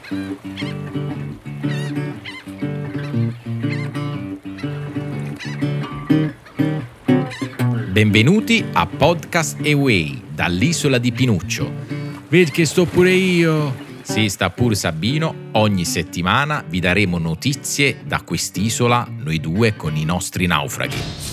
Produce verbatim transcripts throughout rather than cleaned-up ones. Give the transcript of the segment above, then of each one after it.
Benvenuti a Podcast Away dall'isola di Pinuccio. Vedi che sto pure io. Sì, sta pure Sabino. Ogni settimana vi daremo notizie da quest'isola, noi due con i nostri naufraghi.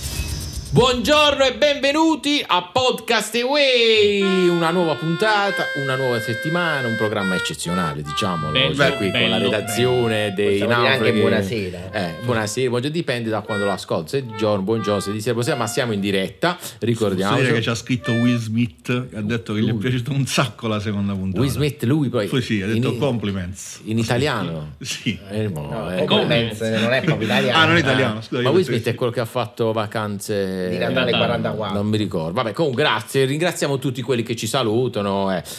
Buongiorno e benvenuti a Podcast Away, una nuova puntata, una nuova settimana, un programma eccezionale, diciamolo. Bello, Cioè, qui bello, con la redazione bello. dei Possiamo dire naufraghi. anche buonasera. Eh, buonasera, buongiorno, dipende da quando lo ascolto. Se di giorno, buongiorno, se di sera, possiamo, ma siamo in diretta, ricordiamo. Posso dire che ci ha scritto Will Smith, che ha detto che lui. Gli è piaciuta un sacco la seconda puntata. Will Smith, lui poi. Poi sì, ha detto in, compliments. In italiano? Sì. Eh, no, No, eh, compliments non è proprio italiano. Ah, non è italiano, scusa. ma Will Smith è quello che ha fatto vacanze Di Natale quarantaquattro. Non mi ricordo. Vabbè, comunque grazie, ringraziamo tutti quelli che ci salutano. Eh.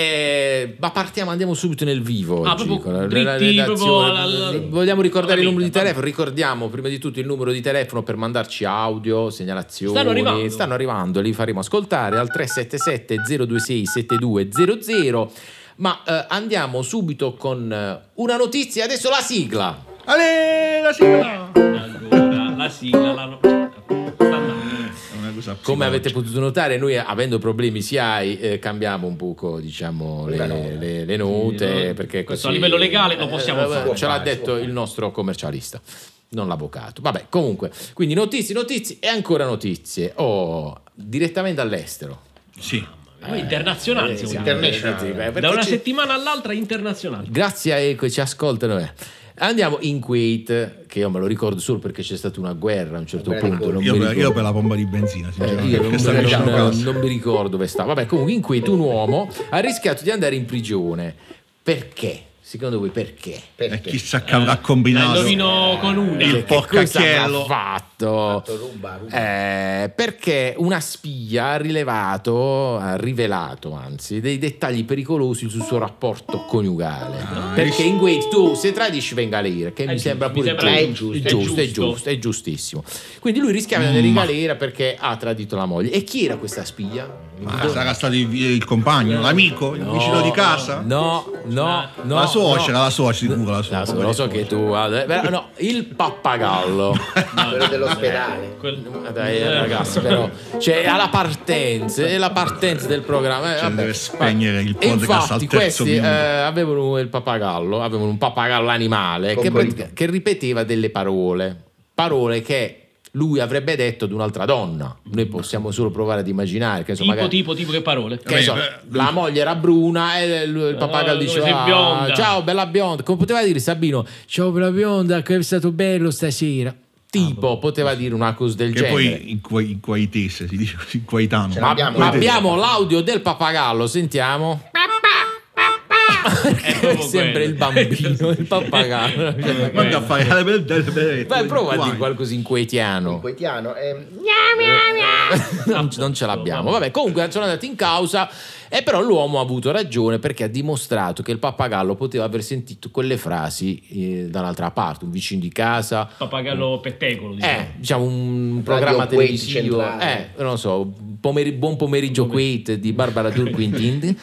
Eh, ma partiamo, andiamo subito nel vivo. Ah, oggi, proprio con la dritti, redazione. proprio alla- Vogliamo ricordare alla il numero di vita, telefono? Ricordiamo prima di tutto il numero di telefono per mandarci audio, segnalazioni. Stanno arrivando. Stanno arrivando, li faremo ascoltare al tre sette sette zero due sei sette due zero zero. Ma eh, andiamo subito con eh, una notizia. Adesso la sigla. Ale, la sigla! Allora, la sigla, la no- sta andando. È una cosa Come avete psicologica. potuto notare, noi avendo problemi S I A I eh, cambiamo un poco, diciamo, le, le- le note, Sì, no? perché Questo così a livello legale lo possiamo eh, fare. Ce l'ha Si può detto fare. il nostro commercialista, non l'avvocato. Vabbè, comunque, quindi notizie, notizie e ancora notizie. Oh, direttamente all'estero. Sì. Noi internazionali Eh, siamo. sì, internazionali. eh, perché Da una ci- settimana all'altra internazionali. Grazie a Eco ci ascoltano. eh. Andiamo in Kuwait, che io me lo ricordo solo perché c'è stata una guerra a un certo Una guerra punto. di Non Io mi per, ricordo. io per la pompa di benzina, Eh, sinceramente. io non, Questa non- vicino non- casa. non mi ricordo dove sta. Vabbè, comunque in Kuwait un uomo ha rischiato di andare in prigione. Perché? Secondo voi perché? E Perché? chissà che avrà combinato. Indovino con una. Il Che cosa porcacchiello. avrà fatto? Fatto ruba, ruba. Eh, perché una spia ha rilevato, ha rivelato anzi, dei dettagli pericolosi sul suo rapporto coniugale. Ah, perché in Kuwait tu se tradisci venga galera, che È mi giusto, sembra mi pure sembra giusto, è giusto, è è giusto, è giusto. giusto, è giustissimo. Quindi lui rischiava di andare in Ma- galera perché ha tradito la moglie. E chi era questa spia? Ma sarà stato il, il compagno, l'amico, il vicino di casa? No, no, no. la suocera, no. la suocera, sicuro la suocera. No, lo so che tu eh, però no, il pappagallo. Quello dell'ospedale. Quel- Dai Eh, ragazzi, però cioè alla partenza, è la partenza del programma. eh, Cioè, vabbè. deve spegnere il E podcast infatti al terzo questi eh, minuto. avevano il pappagallo, avevano un pappagallo animale che, Concordo. pratica- che ripeteva delle parole, parole che lui avrebbe detto ad un'altra donna. Noi possiamo solo provare ad immaginare che, insomma, Tipo, magari- tipo, tipo che parole? che so, Beh, la moglie era bruna e il, il pappagallo come diceva sei bionda. ciao bella bionda, come poteva dire Sabino, ciao bella bionda che è stato bello stasera, tipo poteva dire una cosa del Che genere. poi in, Kuwait- in kuwaitese si dice così, in kuwaitano. Ce ma, l'abbiamo, ma vedete. abbiamo l'audio del pappagallo, sentiamo. È proprio Sempre quello. il bambino, il pappagallo. Manca a fare le belle- le belle- Vai, prova a dire Guai. qualcosa in kuwaitiano. Coetiano. ehm, non, non ce l'abbiamo. Vabbè, comunque sono andati in causa. E però l'uomo ha avuto ragione perché ha dimostrato che il pappagallo poteva aver sentito quelle frasi eh, dall'altra parte, un vicino di casa, Pappagallo pettegolo, diciamo. eh, diciamo un programma Kuwait televisivo, centrale. eh, non so, pomeri- buon pomeriggio Kuwait di Barbara Turquintin, di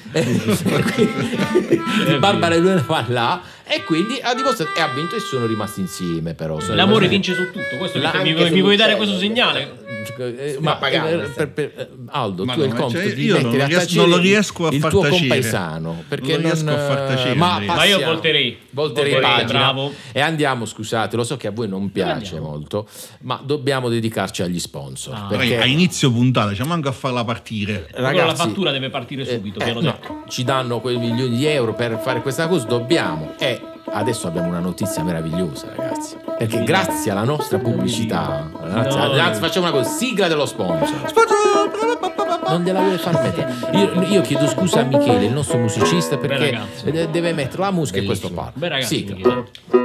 Barbara Elena va là e quindi ha dimostrato e ha vinto e sono rimasti insieme però. Sono L'amore rimasti- vince su tutto. Questo La- che mi, anche mi vuoi dare sull'uccello. questo segnale? Eh, ma Pappagallo, eh, per- per- eh, Aldo, Ma tu hai il no, compito cioè, di io non mettere a riesco- tacere non lo riesco a il far tuo tacere. compaesano perché Non lo riesco a far tacere, ma Andrea. Ma io passiamo- volterei. volterei Volterei, pagina bravo. e andiamo, scusate, lo so che a voi non piace andiamo? molto, ma dobbiamo dedicarci agli sponsor Ah. Perché perché a inizio puntata, cioè manca a farla partire. Però la fattura deve partire subito, eh, piano eh, no, detto. ci danno quei milioni di euro per fare questa cosa, dobbiamo. E adesso abbiamo una notizia meravigliosa, ragazzi. Perché grazie alla nostra pubblicità, grazie- No. anzi, facciamo una cosa: sigla dello sponsor. Non gliela vuole far mettere. Io, io chiedo scusa a Michele, il nostro musicista, perché ragazzo. de- deve mettere la musica Bellissimo. e questo parla. Beh, ragazzi, Sigla. Michele.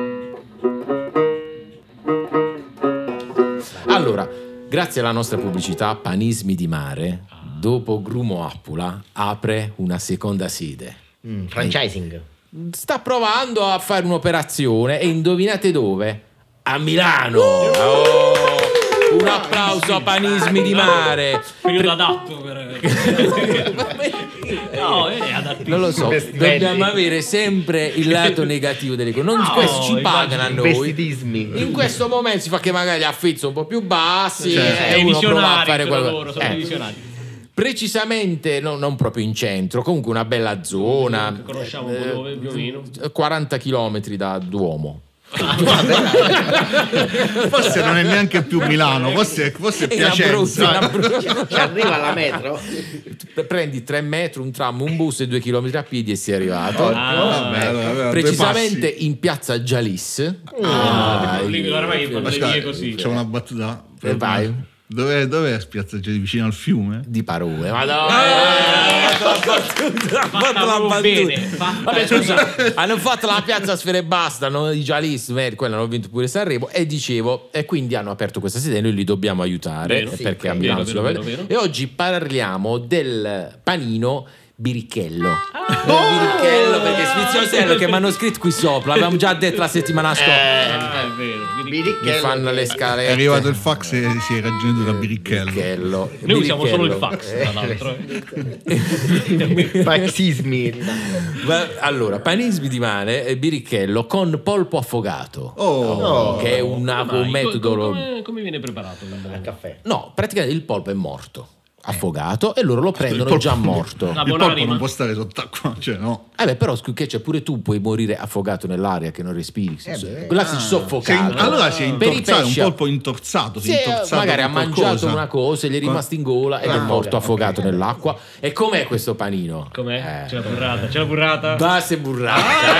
Allora, grazie alla nostra pubblicità, Panismi di Mare, dopo Grumo Appula, apre una seconda sede. mm, franchising. Sta provando a fare un'operazione e indovinate dove? A Milano! Oh, Un applauso a Panismi di Mare. Periodo adatto per... No, è adattissimo. Non lo so, dobbiamo avere sempre il lato negativo delle cose. Non No, questo ci pagano a noi. Vestitismi. In questo momento si fa che magari gli affitti sono un po' più bassi Cioè, e i uno prova a visionari fare sono qualcosa. loro, sono Eh. i visionari. Precisamente no, non proprio in centro, comunque una bella zona. Che conosciamo un po' dove, più o meno. quaranta chilometri da Duomo. Forse non è neanche più Milano, forse, forse è In Abruzzo, in Piacenza. Abruzzo. Ci arriva alla metro? Prendi tre metri, un tram, un bus e due chilometri a piedi e sei arrivato. Ah, Vabbè, allora, allora, due Precisamente passi. in piazza Jalis. Ah, Ah, lì ormai per le Aspetta, vie così. c'è una battuta. E vai. Dov'è, dov'è Spiazza Geli? Vicino al fiume? Di parole. Ma no, Eh, eh, ho fatto la battuta. bene, fatta. Vabbè, scusa, hanno fatto la piazza Sfera e Basta, no? I Jalis, eh, quella hanno vinto pure Sanremo. E dicevo, e quindi hanno aperto questa sede, noi li dobbiamo aiutare Vero, eh, sì, perché a vero, Milano vero, si deve- vero, vero. E oggi parliamo del panino Biricchello. Ah. Del Biricchello, perché Sfiziosello che mi hanno scritto qui sopra, l'avevamo già detto la settimana scorsa. Ah, è vero. Mi Biricchello. fanno le scalette. È arrivato il fax e si è raggiunto da Biricchello. Biricchello. Noi usiamo solo il Biricchello. fax, tra l'altro. eh. Faxismi. Va- Allora, panismi di mare e Biricchello con polpo affogato. Oh, Che è una- un Dai, metodo. co- come, come viene preparato? Al caffè. No, praticamente il polpo è morto, affogato, e loro lo prendono polpo- già morto. La il buona polpo rima. non può stare sott'acqua, cioè no. Eh beh, però scu- che c'è, pure tu puoi morire affogato nell'aria che non respiri. Eh beh. Quella si Si è soffocato. in- allora si è Per i intorzato, un pesci- polpo intorzato, si Sì, è intorzato magari ha con mangiato qualcosa. una cosa, gli è rimasto in gola ed è Ah, morto ok, affogato ok. nell'acqua. E com'è questo panino? Com'è? Eh. C'è la burrata, c'è la burrata. Base burrata.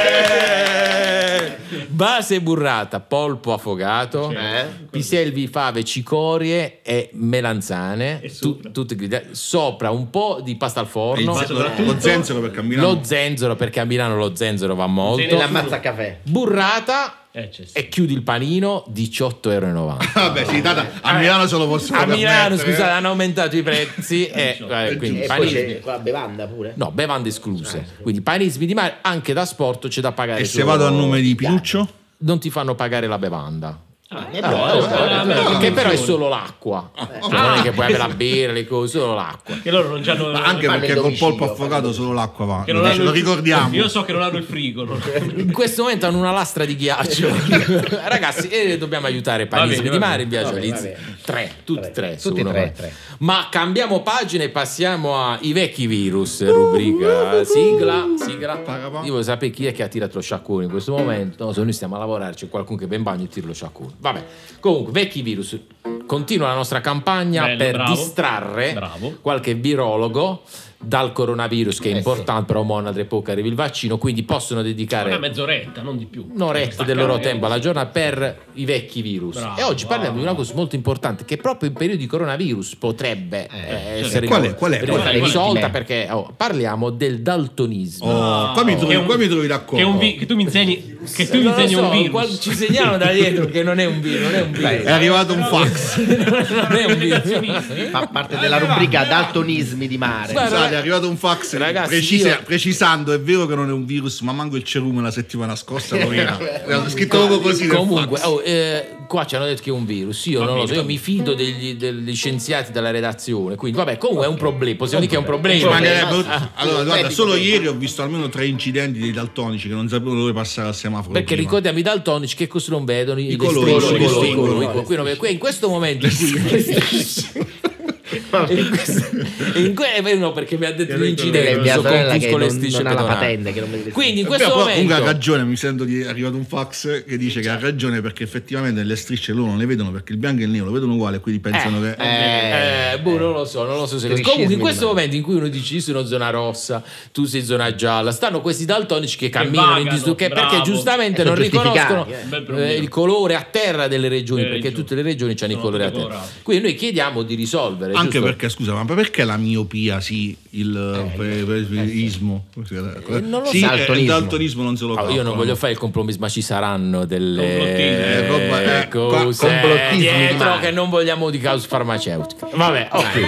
Eh! Base burrata, polpo affogato, Eh? piselvi, fave, cicorie e melanzane, E tu- sopra. tutte grida- sopra un po' di pasta al E il forno, Ma ze- soprattutto- lo zenzero per camminare. lo zenzero, perché a Milano lo zenzero va molto, Sì, L'ammazza caffè. burrata Eh, c'è sì. e chiudi il panino diciotto euro e novanta. Vabbè, sì, data, a Milano se lo possono A Milano, permettere, scusate, eh. hanno aumentato i prezzi e, eh, quindi E poi panismi- c'è qua la bevanda pure. no, bevande escluse, quindi panismi di mare anche da sport c'è da pagare E se solo- vado a nome di Pinuccio? non ti fanno pagare la bevanda. Ah, Eh, eh, però, eh, eh, eh, Ah, eh, che eh, però è eh, solo l'acqua. Cioè, non è che puoi avere la birra, le cose, solo l'acqua. Che loro non c'hanno. Ma anche Fanno perché il col domicilio, polpo fanno affogato il solo l'acqua va. che Lo, non dice- hanno lo il- ricordiamo. Io so che non hanno il frigo. non- In questo momento hanno una lastra di ghiaccio. Ragazzi, eh, dobbiamo aiutare Panismi bene, di va mare in bene. via Va bene, Gializzi. va bene. Tre, tutti Tre. tre. Tutti sono- tre, tre. Ma cambiamo pagina e passiamo ai vecchi virus. Rubrica sigla. Sigla. Io voglio sapere chi è che ha tirato lo sciacquone in questo momento. No, se noi stiamo a lavorare, c'è qualcuno che va in bagno e tira lo sciacquone. Vabbè. Comunque, vecchi virus. Continua la nostra campagna Bello, per bravo. distrarre Bravo. qualche virologo dal coronavirus, che è Eh, importante, però mo' tra poco arriva il vaccino, quindi possono dedicare Una mezz'oretta, non di più. un'oretta del loro tempo alla giornata per i vecchi virus. Bravo, e oggi parliamo bravo. di una cosa molto importante che proprio in periodi di coronavirus potrebbe eh, essere Qual è? Qual è? ri- Qual è? risolta, Qual è? perché oh, parliamo del daltonismo. Oh, qua mi trovi, Che è un- qua mi trovi Che, è d'accordo. un vi- che tu mi insegni, che tu mi Non lo insegni so, un virus. qual- ci segnalano da dietro che non è un virus, non è un virus. È arrivato un fax. non è un virus. Fa parte della rubrica daltonismi di mare. Guarda, Scusate, è arrivato un fax Ragazzi, precisa- io- precisando, è vero che non è un virus, ma manco il cerume la settimana scorsa lo era. Era scritto proprio così nel Comunque, fax. oh, eh, qua ci hanno detto che è un virus. Io non lo so, io mi fido degli, degli scienziati della redazione. Quindi, vabbè, comunque è un problema. Possiamo dire che è un Ci problema. mancherebbe- Ah, allora, guarda, medico, solo medico. ieri ho visto almeno tre incidenti dei daltonici che non sapevano dove passare al semaforo. Perché prima. ricordiamo i daltonici che cosa non vedono i, I le colori, strisce, i i colori, colori, i colori. qui non vede- qui in questo momento in cui E in questo- e in que- eh, no, perché mi ha detto Che l'incidente, È mi mia sono sorella che confisco le non, strisce non ha la pedonali. patente, che non vede le Quindi in Beh, questo però comunque ha momento ragione, mi sento di è arrivato un fax che dice che ha ragione perché effettivamente le strisce loro non le vedono perché il bianco e il nero lo vedono uguale e quindi pensano che Eh, boh, non lo so, non lo so se Striscismi comunque in di questo mare. momento in cui uno dice io sono zona rossa, tu sei zona gialla, stanno questi daltonici che camminano in vagano, disdu- che perché bravo. giustamente E non sono riconoscono giustificati, eh. Bel eh, problema. il colore a terra delle regioni, Delle perché regioni. tutte le regioni hanno i Sono colori a tutte terra. colorate. Quindi noi chiediamo di risolvere, anche giusto? perché scusa, ma perché la miopia sì, il pe- pe- ismo? non lo Sì, so. eh, Daltonismo. il daltonismo non se lo Oh, io non calcolano. voglio fare il compromesso, ma ci saranno delle Complottismi. Eh, roba- eh, cose complottismi di dietro mare. che non vogliamo di cause farmaceutiche. Vabbè, ok.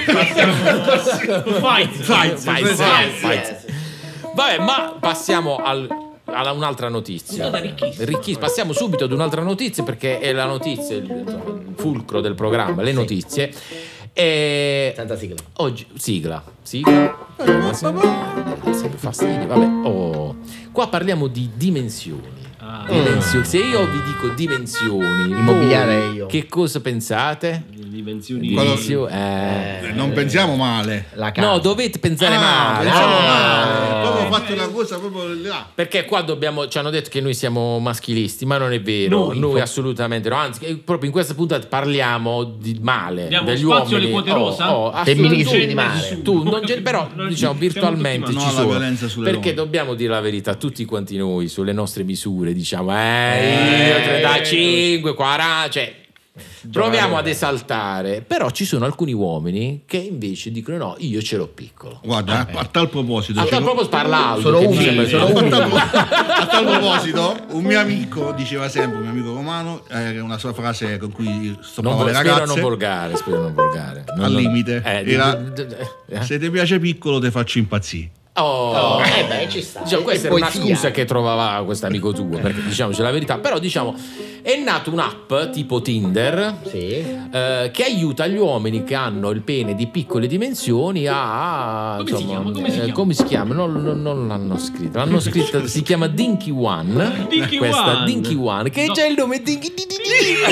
Fight. Fight, Vai, sì, vai, sì, vai. Yes. Vabbè, ma passiamo al alla un'altra notizia. Puntata ricchissima. Ricchissima. Passiamo subito ad un'altra notizia perché è la notizia, il, il fulcro del programma, le notizie. E Senza sigla. oggi sigla, sigla. Eh, sempre fastidio, vabbè. Oh. Qua parliamo di dimensioni. Ah. Dimensioni. Se io vi dico dimensioni, Immobiliare voi io. Che cosa pensate? Dimensioni. Dimensioni, eh. Eh, non pensiamo male. La casa. No, dovete pensare Ah, male. pensiamo Ah. male. Proprio ho fatto una cosa proprio là. Perché qua dobbiamo, ci hanno detto che noi siamo maschilisti, ma non è vero. Noi, Noi fo- assolutamente no. Anzi, eh, proprio in questa puntata parliamo di male. Diamo degli spazio alle uomini. quote rosa? Oh, oh, Femminismo assolutamente. di mare. Tu non c'è, però Non- diciamo siamo virtualmente tutti ci ma- no alla sono. violenza sulle Perché donne. dobbiamo dire la verità, tutti quanti noi sulle nostre misure diciamo eh, io trentacinque, quaranta, cioè proviamo ad esaltare, però ci sono alcuni uomini che invece dicono no, io ce l'ho piccolo. Guarda, a, a tal proposito, A c'è- tal proposito parla Aldo, Sono che mi umili, sembra- sono a, umili. tal, a tal proposito, un mio amico diceva sempre, un mio amico romano, eh, una sua frase con cui Non stoppava vo- le spero ragazze. non volgare, spero non volgare. Non- Al non- limite. eh, Era- d- d- d- eh. Se ti piace piccolo, te faccio impazzire. Oh, Eh beh, ci sta. diciamo, È questa era una poesia. scusa che trovava questo amico tuo, perché diciamoci la verità, però diciamo è nata un'app tipo Tinder Sì. eh, che aiuta gli uomini che hanno il pene di piccole dimensioni a Come si insomma, chiama? Come si eh, chiama? come si chiama? Non, non- non l'hanno scritto, l'hanno scritto, si chiama Dinky One. Dinky questa One. Dinky One, che No. già il nome è Dinky di di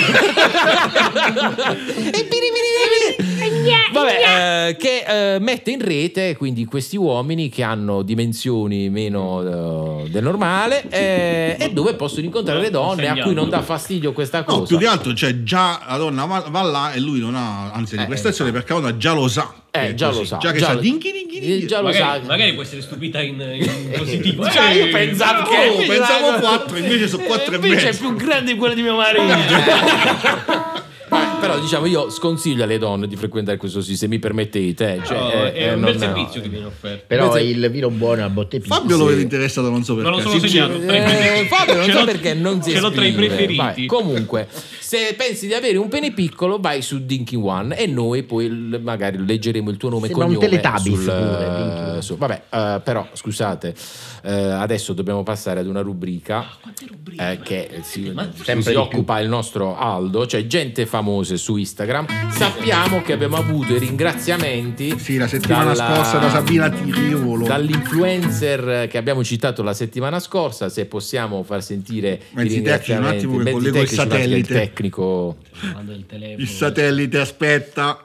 di. E biri biri biri. Vabbè, eh, che eh, mette in rete quindi questi uomini che hanno dimensioni meno eh, del normale eh, e dove possono incontrare le donne a cui non dà fastidio questa cosa. No, più che altro, cioè, già la donna va, va là e lui non ha ansia di Eh, prestazione perché la donna già lo sa. Eh, che è già così. lo sa. Già che già sa lo- dinchi dinchi dinchi. eh, Già lo Magari, sa. magari può essere stupita in, in positivo. Cioè, io Eh, pensavo no, che Oh, pensavo quattro, invece sono quattro e invece è mezzo. più grande di quella di mio marito. Vabbè, però diciamo io sconsiglio alle donne di frequentare questo sito, se mi permettete. Cioè, no, eh, è eh, un non- bel servizio che viene offerto. Però Invece- il vino buono a botte piccola. Fabio lo vede interessato, non so perché. Non lo sono Sincero. segnato. Tra i preferiti. Eh, Fabio non Ce so l'ho- perché non si ce l'ho tra i esprime. preferiti. Vai, comunque se pensi di avere un pene piccolo vai su Dinky One e noi poi l- magari leggeremo il tuo nome e Sembra un cognome Teletubbies sul, pure, Dinky One. su- vabbè eh, però scusate eh, adesso dobbiamo passare ad una rubrica Quante rubriche? eh, che si, Ma- si Sempre di occupa il nostro Aldo, cioè gente famosa su Instagram. Sappiamo che abbiamo avuto i ringraziamenti Sì, la settimana dalla- scorsa da Sabina Tiriolo. dall'influencer che abbiamo citato la settimana scorsa. Se possiamo far sentire Mezzi i tecnici, un attimo che mezzi collego il tecnici, un attimo, satellite. il tecnico. Mando il telefono. Il satellite aspetta.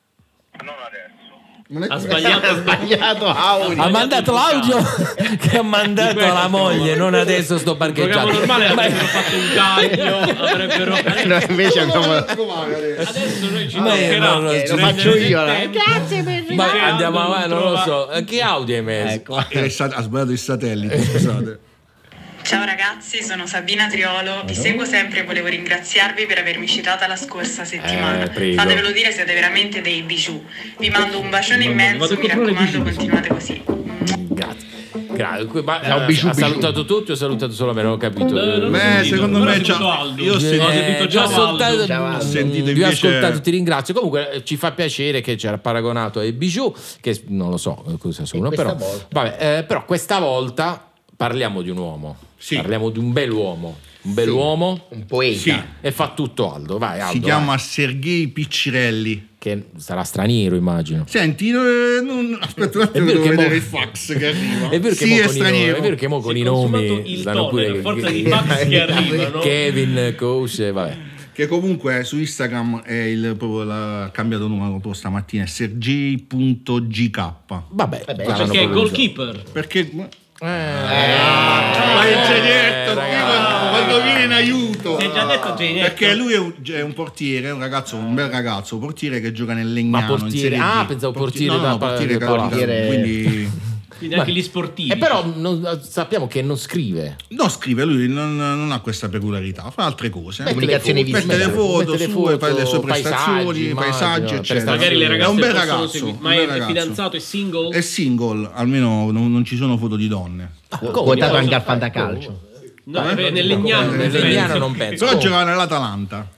Ha sbagliato. Ha sbagliato audio. Ha mandato l'audio che ha mandato Di questo alla moglie, stiamo non adesso sto Il programma parcheggiando. normale Ma- avrebbero fatto un cagno, avrebbero. No, invece andiamo. Adesso noi ci Ma io non lo Eh, so. lo faccio io. Prendere eh. il tempo. Grazie per Ma Cercando andiamo non avanti, non lo trova- so. Eh, Che audio hai messo? Ecco. Era il sat- ha sbagliato il satellite, scusate. Ciao ragazzi, sono Sabina Triolo, vi seguo sempre e volevo ringraziarvi per avermi citata la scorsa settimana. Eh, prego. Fatevelo dire, siete veramente dei bijou. Vi mando un bacione Vado immenso, a mi controllare i raccomando bijou. continuate così. Grazie. Grazie. Ma, Ciao, eh, bijou, ha bijou. salutato tutti o ha salutato solo me? Non ho capito. No, no, no, Beh, sentito, secondo però me ho sentito c'ha- Aldo. io ho sentito- Ho Eh, sentito già ciao soltanto, Aldo. Ciao, Aldo. mm, Sentito vi ho invece- ascoltato, ti ringrazio. Comunque eh, ci fa piacere che c'era paragonato ai bijou, che non lo so cosa sono, questa però, volta? vabbè, eh, però questa volta parliamo di un uomo. Sì. Parliamo di un bell'uomo. Un bell'uomo Un poeta. Sì. e fa tutto Aldo. Vai, Aldo. Si chiama vai. Sergei Piccirelli. Che sarà straniero, immagino. Senti, eh, non- aspetta un attimo, È vero devo che vedere mo- il fax che arriva. È vero che sì, mo è con i nomi- straniero. è vero che mo con Si i è consumato nomi il stanno toner, pure a forza di fax che arrivano. Kevin, Coach, vabbè. Che comunque su Instagram è il proprio la, cambiato numero proprio stamattina, è sergei punto g k. Vabbè, Vabbè, l'hanno Perché è proprio goalkeeper. Perché Eh, ma il genetto qui quando, quando viene in aiuto. Si è già detto Genetto. Perché lui è un, è un portiere, è un ragazzo, un bel ragazzo, un portiere che gioca nel Legnano. Ma portiere- in Serie D. ah, pensavo portiere no, da no, pa- portiere da cattolico, palazzo. quindi Quindi anche gli sportivi. E però non- sappiamo che non scrive. no, scrive, lui non, non ha questa peculiarità, fa altre cose. Mette Comunicazione le foto, Mette le mette- foto mette le sue, foto, fa le sue prestazioni, paesaggi, paesaggi, immagino, eccetera. magari le È ragazze un bel possono ragazzo, seguire- un ma bel è ragazzo. fidanzato, è single? È single, almeno non, non ci sono foto di donne. Quotato anche al fantacalcio. No, eh, nel Legnano. Nel Legnano non penso. Però giocava nell'Atalanta.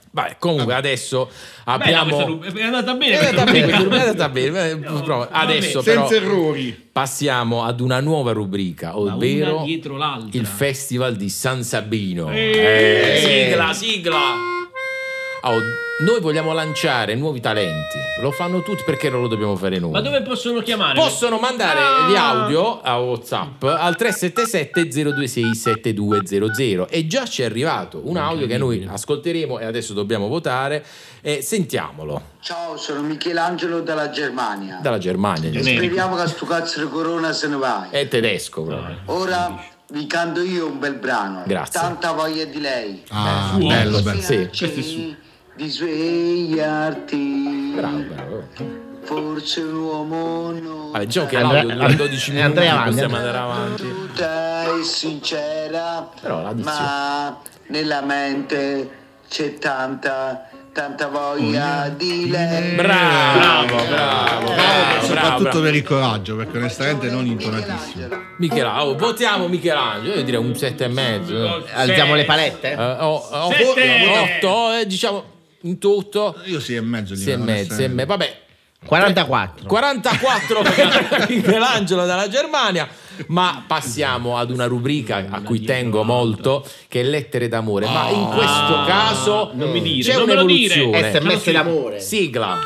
Vabbè, comunque adesso Bella abbiamo questa rub- è andata bene è andata questa bene, rubrica. è andata bene, eh, però adesso Senza però errori. passiamo ad una nuova rubrica, Ma ovvero una dietro l'altra. il Festival di San Sabino. Eh. Sigla, sigla. Oh, noi vogliamo lanciare nuovi talenti. Lo fanno tutti, perché non lo dobbiamo fare noi? Ma dove possono chiamare? Possono mandare Ah. gli audio a WhatsApp al tre sette sette zero due sei sette due zero zero e già ci è arrivato un audio che noi ascolteremo e adesso dobbiamo votare e sentiamolo. Ciao, sono Michelangelo dalla Germania. Dalla Germania. Generico. Speriamo che sto cazzo di corona se ne vai. È tedesco proprio. Ora vi canto io un bel brano. Grazie. Tanta voglia di lei. Ah, suo. bello, bello. Sì. Questo è suo. Di svegliarti. Bravo, bravo. Forse un uomo non. Vabbè, diciamo che Andrea- l'audio dura dodici minuti, Andrea avanti, possiamo Andrea. andare avanti. Assoluta e sincera. Però la dizione. Ma nella mente c'è tanta, tanta voglia di lei. Bravo, bravo, bravo, bravo, Soprattutto bravo. per il coraggio, perché onestamente non intonatissimo. Michelangelo, oh, votiamo Michelangelo, io direi un sette e mezzo. Alziamo le palette? Eh, oh, oh, Sette! otto, eh, diciamo in tutto. Io sì e mezzo. gli Sei e do, mezzo, sei e mezzo, vabbè. quarantaquattro. quarantaquattro per Michelangelo dalla Germania. Ma passiamo ad una rubrica a cui tengo molto, che è lettere d'amore. Ma in questo caso non mi dire, c'è non me lo un'evoluzione. dire. S M S d'amore. Sigla.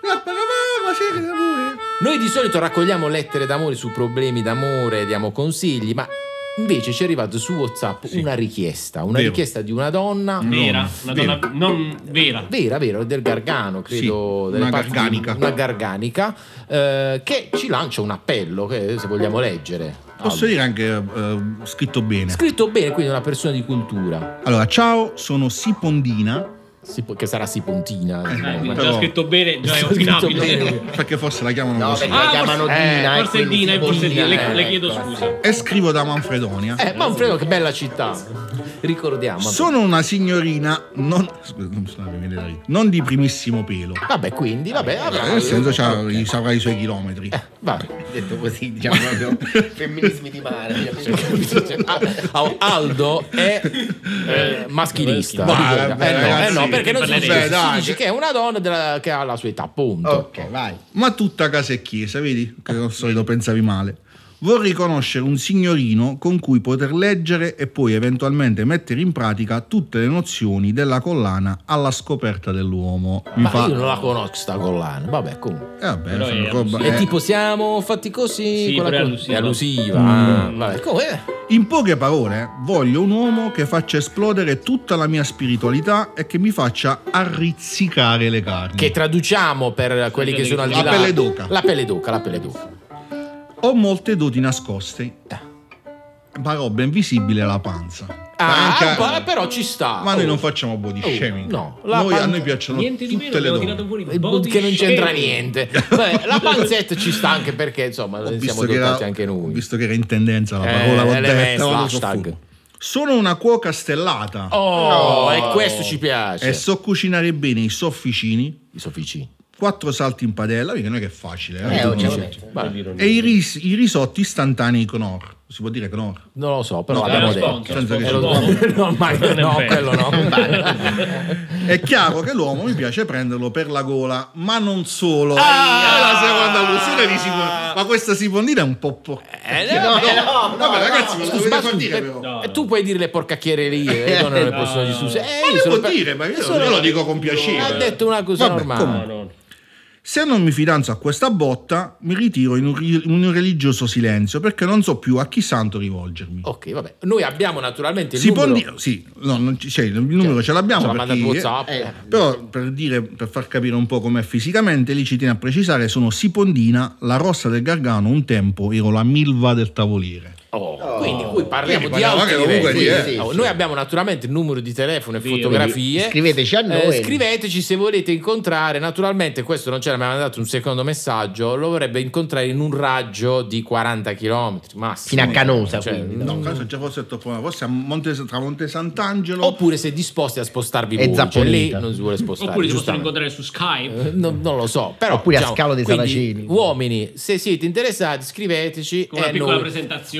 Noi di solito raccogliamo lettere d'amore su problemi d'amore, diamo consigli, ma invece ci è arrivato su WhatsApp una richiesta, una Vero. richiesta di una donna Vera, una Vero. donna non vera. vera, vera, del Gargano, credo, Sì, delle una parti di- garganica. una garganica, eh, che ci lancia un appello, che se vogliamo leggere. Posso dire anche eh, scritto bene. Scritto bene, quindi una persona di cultura, Allora, ciao, sono Sipondina. Sipo- che sarà Sipontina. Eh, eh, quindi ma- già però- scritto bene, già è Scritto opinabile. bene. Perché forse la chiamano No, così. perché la chiamano forse, Dina. eh, e forse è quindi Dina, si può forse è Dina, dire, le, le ecco. chiedo scusa. E scrivo da Manfredonia. Eh, Manfredo, che bella città. Ricordiamo. Sono una signorina non, scusa, non, so, mi viene da ridere. Non di primissimo pelo. Vabbè, quindi, vabbè, avrà- Nel senso c'ha- saprà i suoi chilometri. vabbè. Detto così, diciamo proprio femminismi di mare. Ah, Aldo è eh, maschilista. Ma, Ricorda. vabbè, eh, no, ragazzi, eh no, perché non si beh, dice, si dai, dice che- che è una donna della- che ha la sua età, punto. Ok, vai. Ma tutta casa e chiesa, vedi? Che al solito pensavi male. Vorrei conoscere un signorino con cui poter leggere e poi eventualmente mettere in pratica tutte le nozioni della collana alla scoperta dell'uomo. Mi Ma fa... io non la conosco sta collana. Vabbè, comunque. Eh, vabbè, Però fanno è roba- E eh. tipo siamo fatti così. Sì, con la però è co- allusiva. È allusiva. ah, vabbè, come? eh. In poche parole, voglio un uomo che faccia esplodere tutta la mia spiritualità e che mi faccia arrizzicare le carni. Che traduciamo per quelli che sono al di La là. pelle d'oca. La pelle d'oca, la pelle d'oca. Ho molte doti nascoste, ma roba invisibile alla panza. Ah, Anche- pa- però ci sta. Ma noi Oh. non facciamo body Oh, shaming. no, la Noi- a pan- noi piacciono Niente di tutte meno, le abbiamo donne. tirato fuori Il body che non c'entra shaming. niente. Vabbè, la panzetta ci sta anche perché insomma Ho siamo visto, che dotati era, anche ho noi. visto che era in tendenza la Eh, parola, l'ho l'hai detta, messo, vado su hashtag. fu. Sono una cuoca stellata Oh, e questo ci piace. e so cucinare bene i sofficini, I soffici. quattro salti in padella, perché non è che è facile. eh. Eh, Tu ovviamente. dici. Vabbè, E i, ris- i risotti istantanei Knorr. Si può dire Knorr? non lo so, però No, abbiamo è detto. sponsor, Senza che sponsor ci- nuovo. No, ma Non è no, vero. quello no. È chiaro che l'uomo mi piace prenderlo per la gola, ma non solo. Ah! È la seconda allusione di Sipon- ma questa Sipondina è un po' po'. Eh, No, no, no, vabbè, ragazzi, me lo Scusa, dovete ma far scusa, dire per- però. No. e tu puoi dire le porcacchiererie, le donne non le possono dire su. Eh, Ma io le sono può per- dire, ma io, sono- io lo dico con piacere. Ha detto una cosa Vabbè, normale. comunque. No, no. Se non mi fidanzo a questa botta, mi ritiro in un, ri- in un religioso silenzio perché non so più a chi santo rivolgermi. Ok, vabbè. Noi abbiamo naturalmente il Si può numero. dire, sì, no, non ci- cioè, il numero ce l'abbiamo Ce l'ha per mandato chi- WhatsApp. eh, però per dire, per far capire un po' com'è fisicamente, lì ci tiene a precisare, sono Sipondina, la rossa del Gargano, un tempo ero la milva del tavoliere. Oh, quindi qui parliamo Quindi di parliamo alti anche comunque livelli. di, eh. Oh, noi abbiamo naturalmente il numero di telefono e Vero. fotografie. Scriveteci a noi. Eh, scriveteci se volete incontrare. Naturalmente, questo non c'era, mi ha mandato un secondo messaggio. Lo vorrebbe incontrare in un raggio di quaranta chilometri massimo. Fino a Canosa, Cioè, quindi, No, caso già fosse troppo, forse a Monte, tra Monte Sant'Angelo. Oppure se disposti a spostarvi E voi, cioè, lì Zapponita. non si vuole spostare. Oppure si possono giustamente. incontrare su Skype. Eh, non, non lo so, però Oppure a diciamo, Scalo dei quindi, Saraceni. uomini, se siete interessati, scriveteci. Con una e piccola noi- presentazione. Una piccola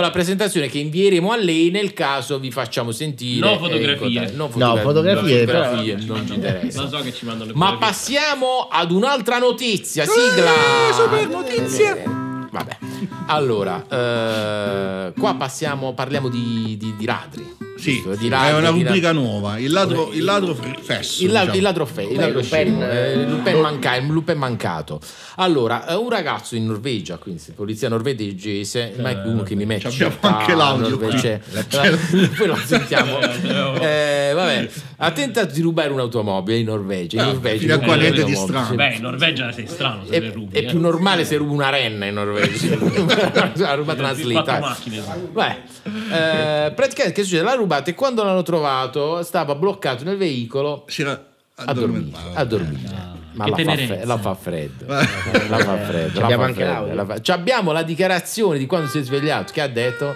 la presentazione che invieremo a lei nel caso vi facciamo sentire. No fotografie. Ecco, no No, fotografie, no, fotografie però- non ci interessa. Lo so che ci mandano le Ma fotografie. passiamo ad un'altra notizia, sigla. Eh, super notizia. Eh, Vabbè. Allora, eh, qua passiamo, parliamo di, di, di ladri. Sì, giusto? Di è ladri, una di rubrica ladri. nuova. Il ladro, il ladro fesso. Il, la- diciamo. il ladro fe, il ladro Lupin, scemo, eh, il Lupin, non- manca- il Lupin mancato. Allora, eh, un ragazzo in Norvegia, quindi polizia norvegese, ma è uno che mi mette Abbiamo città anche l'audio norvege- poi lo sentiamo. Eh, vabbè, ha tentato di rubare un'automobile in Norvegia. In Norvegia fino a qua ruba niente di un'automobile. strano. Beh, in Norvegia sei strano se È, le rubi. è eh. più normale se rubi una renna in Norvegia. Ha rubato una Quattro slitta. macchine. Beh, eh, praticamente che succede? L'ha rubato e quando l'hanno trovato stava bloccato nel veicolo Si era a dormire, addormentato. a dormire. Ma Che la fa, tenerezza. fre- la fa freddo. La fa freddo. la abbiamo fa anche freddo, l'audio. la fa- Ci abbiamo la dichiarazione di quando si è svegliato. Che ha detto?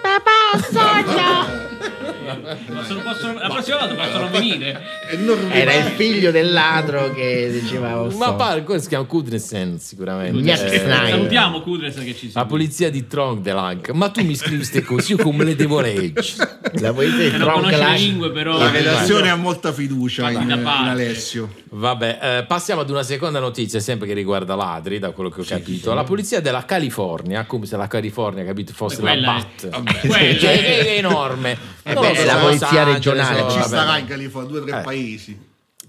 Ma se non possono, la prossima volta possono venire. È normale. Era il figlio del ladro che diceva oh, Ma so. pare, quello si chiama Kudresen sicuramente. Gnac Eh, Snyder. Salutiamo Kudres che ci la segue. polizia di Trondheim. Ma tu mi scrivi queste cose, io come le devo leggere? La polizia di Che non conosce le Tronc lingue, però. La redazione ha molta fiducia in, Fatti da in parte. Alessio. Vabbè, eh, passiamo ad una seconda notizia, sempre che riguarda ladri, da quello che ho capito. La polizia della California, come se la California, capito, fosse la Quella Bat. è- quella Cioè, è- è enorme. Eh Non beh, lo è so, la Los polizia Angeles, regionale, o- Ci vabbè. starà in California, due o tre Eh. paesi.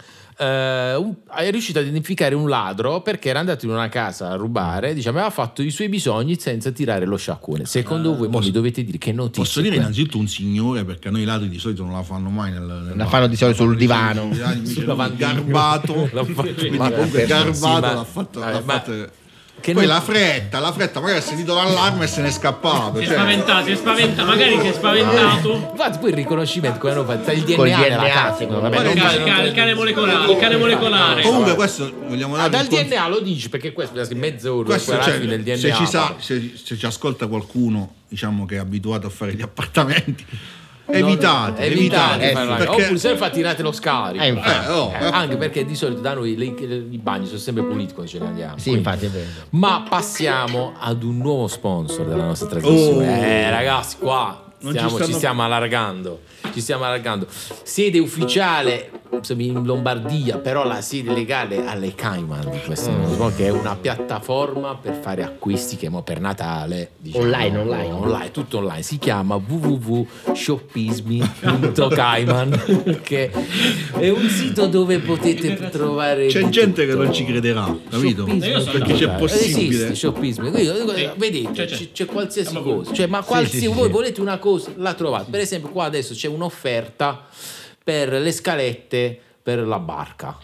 Eh, un- è riuscito a identificare un ladro perché era andato in una casa a rubare, diciamo, aveva fatto i suoi bisogni senza tirare lo sciacquone. Secondo voi, mo mi dovete dire che notizia? Posso dire è innanzitutto un signore, perché noi ladri di solito non la fanno mai nel, nel La fanno di solito sul divano. Invece Sul lui, lavandino. garbato. L'ha fatto- Quindi Ma- comunque sì, garbato ma- l'ha fatto, vabbè, l'ha ma- fatto- che Poi non- la fretta, la fretta, magari ha sentito l'allarme e se n'è scappato. Si è cioè- spaventato, si è spaventato, magari si è spaventato. Infatti poi il riconoscimento come hanno fatto il D N A Col D N A, nella casa, secondo vabbè, me. non Il, vale- ca- il cane molecolare, il cane molecolare. Comunque questo vogliamo Ah, dare dal un con- D N A lo dici perché questo è mezz'ora questo, poi alla cioè, fine il D N A se, ci sa- va. se- se ci ascolta qualcuno, diciamo che è abituato a fare gli appartamenti, evitate, evitate evitate, di farlo anche. perché Oppure se no fa tirate lo scarico. Eh, infatti. eh, oh, Eh, anche perché di solito da noi le- i bagni sono sempre puliti quando ce ne andiamo. Sì, Quindi- infatti è vero. Ma passiamo ad un nuovo sponsor della nostra trasmissione. Oh. Eh, ragazzi, qua Non ci stiamo, ci, stanno- stiamo allargando. Ci stiamo allargando. Sede ufficiale insomma, in Lombardia, però la sede legale alle Cayman di questo mondo, che è una piattaforma per fare acquisti che mo per Natale diciamo, Online, online. online, tutto online. Si chiama w w w punto shoppismi punto cayman che è un sito dove potete trovare c'è di gente che tutto. non ci crederà, capito? Shoppismi, Io sono Perché c'è d'accordo. possibile. Esiste shoppismi. Quindi, Sì. vedete, C'è, c'è, c'è. c'è qualsiasi Ah, ma- cosa. Cioè, ma Sì, qualsiasi sì, sì, voi sì. volete una cosa, la trovate. Per esempio, qua adesso c'è un'offerta per le scalette per la barca.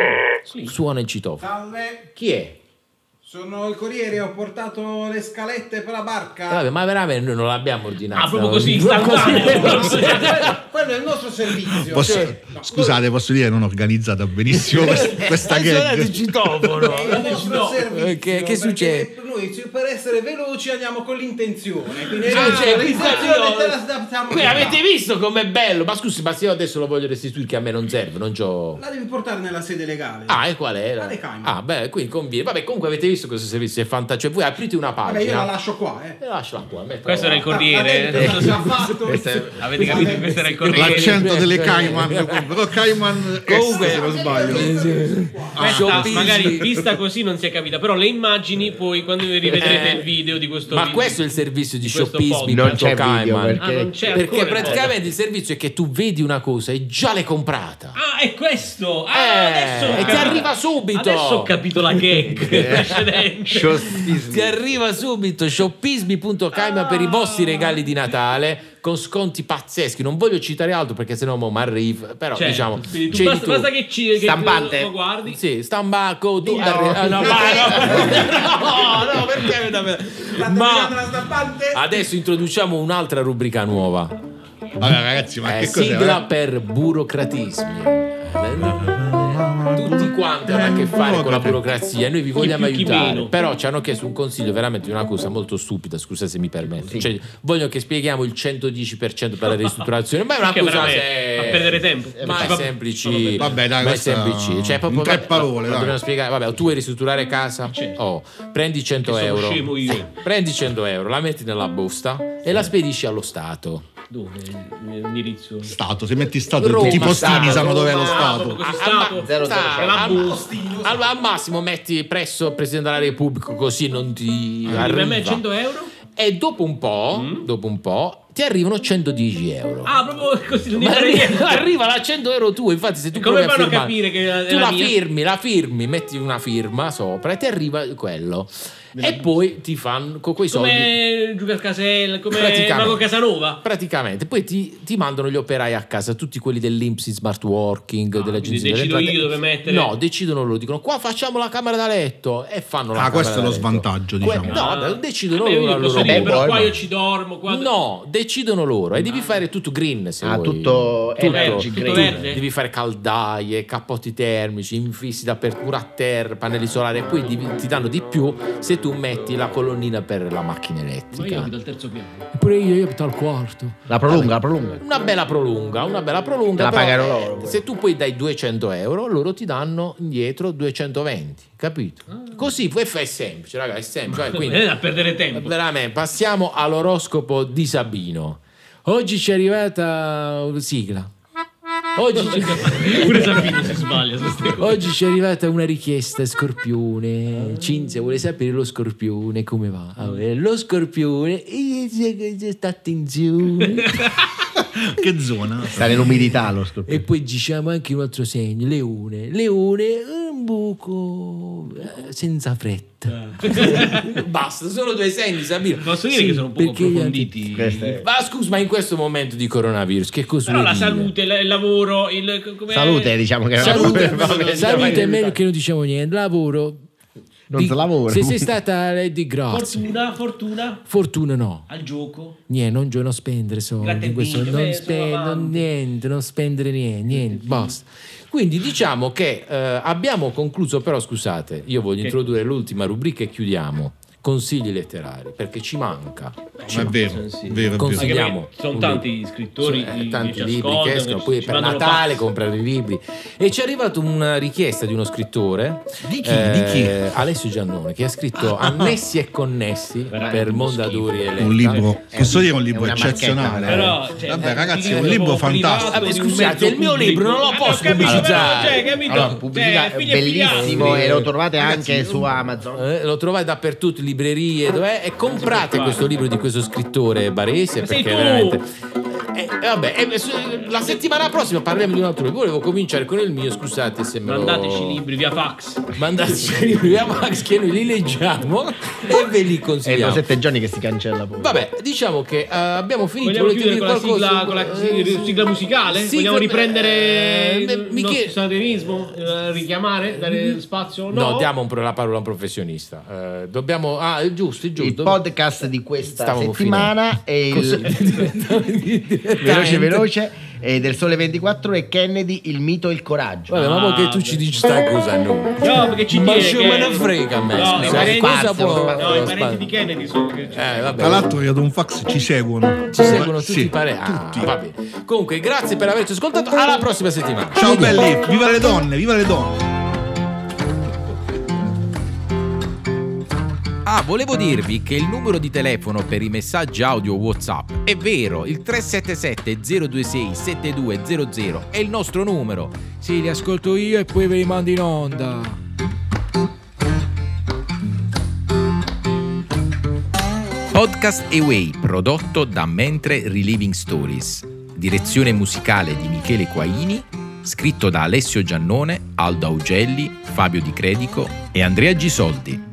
Sì. Suona il citofono. Salve, Chi è? sono il corriere, ho portato le scalette per la Eh, barca. vabbè, ma veramente noi non l'abbiamo ordinato. Ah, proprio così, No, istantaneo. Quello è il nostro servizio. Posso- Cioè, no, scusate, posso dire, non ho organizzata benissimo questa, questa Hai suonato il gag. citofono. è il nostro servizio. Eh, che- che perché succede? Noi ci- per essere veloci andiamo con l'intenzione. Quindi Ah, noi cioè, l'intenzione quindi- te la adaptiamo. Qui avete visto com'è bello? Ma scusi, ma se io adesso lo voglio restituire, che a me non serve, non c'ho. La devi portare nella sede legale. Ah, e qual era? Alle Cayman. Ah, beh, quindi conviene. Vabbè, comunque avete visto questo servizio è fantastico. Cioè, voi aprite una Vabbè, io la pagina. lascio qua, eh. E lasciala qua. mettila Questo era il là. corriere. La gente l'ha fatto. Avete capito? Questo era il corriere. L'accento delle Cayman, però Cayman Comunque- Est, se non sbaglio. Questa, Shoppismi. magari vista così non si è capita, però le immagini poi quando vi rivedrete Eh, il video di questo Ma video, questo è il servizio di di questo shoppismi. podcast. Non c'è Cayman. video Ah, non perché c'è Perché ancora. praticamente il servizio è che tu vedi una cosa e già l'hai comprata. Ah, è questo! Ah, Eh, adesso ho e ti capito. arriva subito. Adesso ho capito la gag precedente. Ti arriva subito shoppismi punto cayman per i vostri regali di Natale con sconti pazzeschi. Non voglio citare altro perché sennò mo mi arriva. Però Cioè, diciamo quindi tu c'è basta, di basta tutto. che ci che Stampante. lo guardi. Sì, stambacco tu No. arri- ah, no, ma no, no, perché State ma vedendo la stampante? adesso introduciamo un'altra rubrica nuova. Vabbè ragazzi, ma Eh, che cos'è? sigla eh? per burocratismi. Tutti cinquanta hanno a che fare con la burocrazia, noi vi vogliamo più, chi aiutare. meno. Però ci hanno chiesto un consiglio veramente di una cosa molto stupida, scusa se mi permetto. Sì. Cioè, vogliono che spieghiamo il centodieci per cento per la ristrutturazione, ma è una Perché cosa veramente, se... a perdere tempo. Ma Ci è fa- semplice. Vabbè, dai, ma è questa- semplice. Cioè, proprio in tre va- parole, lo dai. dobbiamo spiegare. Vabbè, tu vuoi ristrutturare casa? Oh, prendi cento Che sono euro. scemo io. Sì, prendi cento euro, la metti nella busta e la spedisci allo Stato. Dove l'indirizzo? Stato, se metti stato, Roma, tutti i postini Stato, sanno dov'è lo Roma, Stato. Così Al- stato. al- Zero, sta- zero, c'è la al- bustina. al, al massimo metti presso il Presidente della Repubblica, così non ti Arriva a me arriva. cento euro? E dopo un po', dopo un po' ti arrivano centodieci euro. Ah, proprio così non Ma mi pare arriva, niente. arriva la cento euro tu, infatti se tu Come provi a fanno a firmare- capire che è tu la la mia? firmi, la firmi, metti una firma sopra e ti arriva quello. E poi ti fanno con quei soldi. Come Giuca Casella, come Praticamente. Mago Casanova. Praticamente, poi ti, ti mandano gli operai a casa, tutti quelli dell'I N P S, smart working, Ah, dell'agenzia quindi decido delle io entrate. dove mettere? No, decidono loro, dicono qua facciamo la camera da letto e fanno la Ah, camera questo è da lo letto. svantaggio, Que- diciamo. no, vabbè, decidono Vabbè, loro io a posso loro dire, modo. però Eh, qua poi, io ci dormo. Qua... No, decidono loro e devi fare tutto green se Ah, vuoi. tutto energy tutto green. verde. Devi fare caldaie, cappotti termici, infissi dappertutto a terra, pannelli solari e poi di- ti danno di più se tu metti la colonnina per la macchina Ma io elettrica. abito al terzo piano. Pure io, io abito al quarto. La prolunga, la prolunga. Una bella prolunga, una bella prolunga. La però, pagano eh, loro, poi. Se tu poi dai duecento euro, loro ti danno indietro duecentoventi, capito? Così poi è semplice, ragazzi, è semplice. Vai, quindi, Eh, a perdere tempo. veramente, passiamo all'oroscopo di Sabino. Oggi ci è arrivata sigla. Oggi ci... Pure Sabino si sbaglia su ste cose. Oggi ci è arrivata una richiesta, Scorpione. Cinzia vuole sapere lo Scorpione come va. Allora, lo Scorpione, eh, sta attenzione. Che zona? Sta nell'umidità lo scorpione. E poi diciamo anche un altro segno, Leone. Leone, un buco eh, senza fretta. Basta, sono due segni, Sabino. Posso dire Sì, che sono un po' perché gli approfonditi. Questa è- Ma scusa, ma in questo momento di coronavirus che cosa Però vuoi la dire? salute, il lavoro, il... Come... Salute, diciamo che Salute, Vabbè, salute è diciamo- meglio che non diciamo niente. Lavoro. Non Di- si lavora. Se sei stata eh, di grazia. Fortuna, fortuna Fortuna no. al gioco. Niente, non, gio- non spendere soldi. Gratte in questo- e vinci, non, beh, spe- sono non- avanti. niente, non spendere niente, niente, basta. Quindi diciamo che eh, abbiamo concluso, però scusate, io voglio Che introdurre l'ultima rubrica e chiudiamo. Consigli letterari, perché ci manca. Ma è vero, Sì, sì. vero, è vero. Consigli- Anche Vediamo. perché sono Un tanti libro. scrittori, Sono, eh, che tanti ci libri che ascoltano, escono che poi ci per mandano Natale pazzi. comprare i libri e ci è arrivata una richiesta di uno scrittore Di chi? Di chi? eh, Alessio Giannone, che ha scritto Annessi e connessi Veramente per uno Mondadori e Letta. Un libro, È posso un- dire un è libro una eccezionale. marchetta, Però, cioè, Vabbè, un ragazzi, è un libro libro privato fantastico. di Vabbè, un scusate, mezzo il mio pubblico. libro non lo Eh, posso ho capito, pubblicizzare. però, cioè, capito? Allora, pubblicità Cioè, figli e bellissimo figliastri. e lo trovate anche su Amazon. Eh, lo trovate dappertutto, in librerie, dov'è? E comprate questo libro di questo scrittore barese Ma sei perché tu! veramente. Eh, vabbè, eh, su- la settimana prossima parliamo di un altro libro. Volevo cominciare con il mio, scusate se me lo. Mandateci libri via fax. Mandateci i libri via Max che noi li leggiamo e ve li E consigliamo. dopo sette giorni che si cancella poi. Vabbè, diciamo che eh, abbiamo finito. Vogliamo Volete chiudere dire con la qualcosa? sigla, con la Eh, sigla, sigla musicale? sigla- Vogliamo riprendere eh, il mi nostro chied- satanismo? Eh, richiamare? Dare spazio? No, No, diamo un pro- la parola a un professionista. Eh, dobbiamo. Ah, è giusto, è Il giusto. podcast di questa Stavamo settimana è il veloce Veloce, veloce e del Sole ventiquattro e Kennedy, il mito e il coraggio. Vabbè, ma mo che tu ci dici sta cosa no? No, perché ci Ma tiene ce che- me ne frega a me. No, scusa, i parenti- cosa spazio, può. spazio. No, i lo parenti spazio? di Kennedy sono che... Eh, vabbè. Tra l'altro io ad un fax ci seguono. Ci seguono tutti Sì, i pare. Ah, vabbè. Comunque, grazie per averci ascoltato. Alla prossima settimana. Ciao Ci vediamo. belli, viva le donne, viva le donne. Ah, volevo dirvi che il numero di telefono per i messaggi audio WhatsApp è vero, il tre sette sette zero due sei sette due zero zero è il nostro numero. Sì, li ascolto io e poi ve li mando in onda. Podcast Away, prodotto da Mentre Reliving Stories. Direzione musicale di Michele Quaini, scritto da Alessio Giannone, Aldo Augelli, Fabio Di Credico e Andrea Gisoldi.